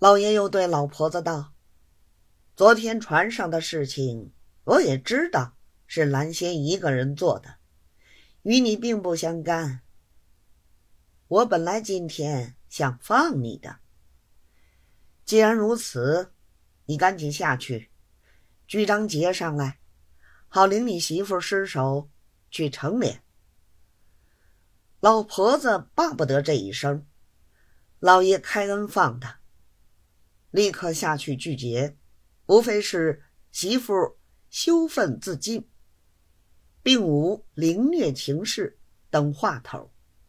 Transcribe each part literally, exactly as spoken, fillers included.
老爷又对老婆子道：昨天船上的事情我也知道是蓝仙一个人做的，与你并不相干。我本来今天想放你的，既然如此，你赶紧下去，举张节上来，好领你媳妇尸首去成殓。老婆子巴不得这一声，老爷开恩放他，立刻下去拒绝，无非是媳妇羞愤自尽，并无凌虐情事等话头。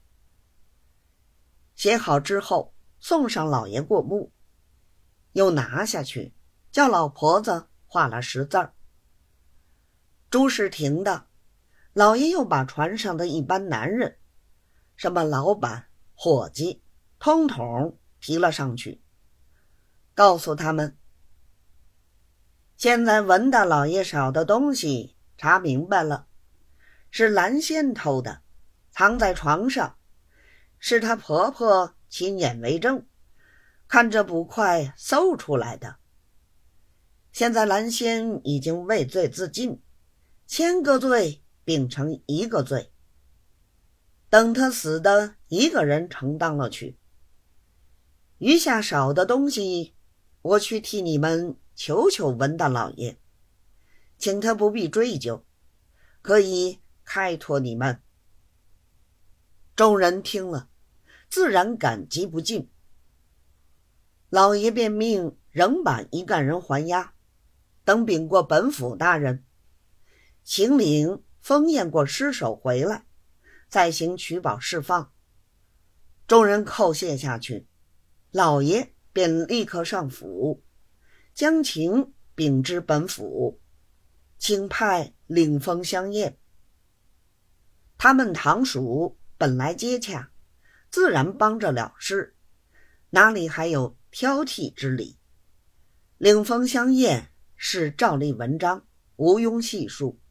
写好之后送上老爷过目，又拿下去叫老婆子画了十字儿。诸事停的，老爷又把船上的一班男人，什么老板、伙计，通通提了上去，告诉他们：现在文大老爷少的东西查明白了，是蓝仙偷的，藏在床上，是她婆婆亲眼为证，看这捕快搜出来的。现在蓝仙已经畏罪自尽，千个罪并成一个罪，等他死的一个人承担了去。余下少的东西，我去替你们求求文大老爷，请他不必追究，可以开脱你们。众人听了，自然感激不尽。老爷便命仍把一干人还押，等禀过本府大人，请领封验过尸首回来，再行取保释放。众人叩谢下去，老爷便立刻上府，将情禀知本府，请派领封相验。他们堂属本来接洽，自然帮着了事，哪里还有挑剔之理？领封相验是照例文章，毋庸细数。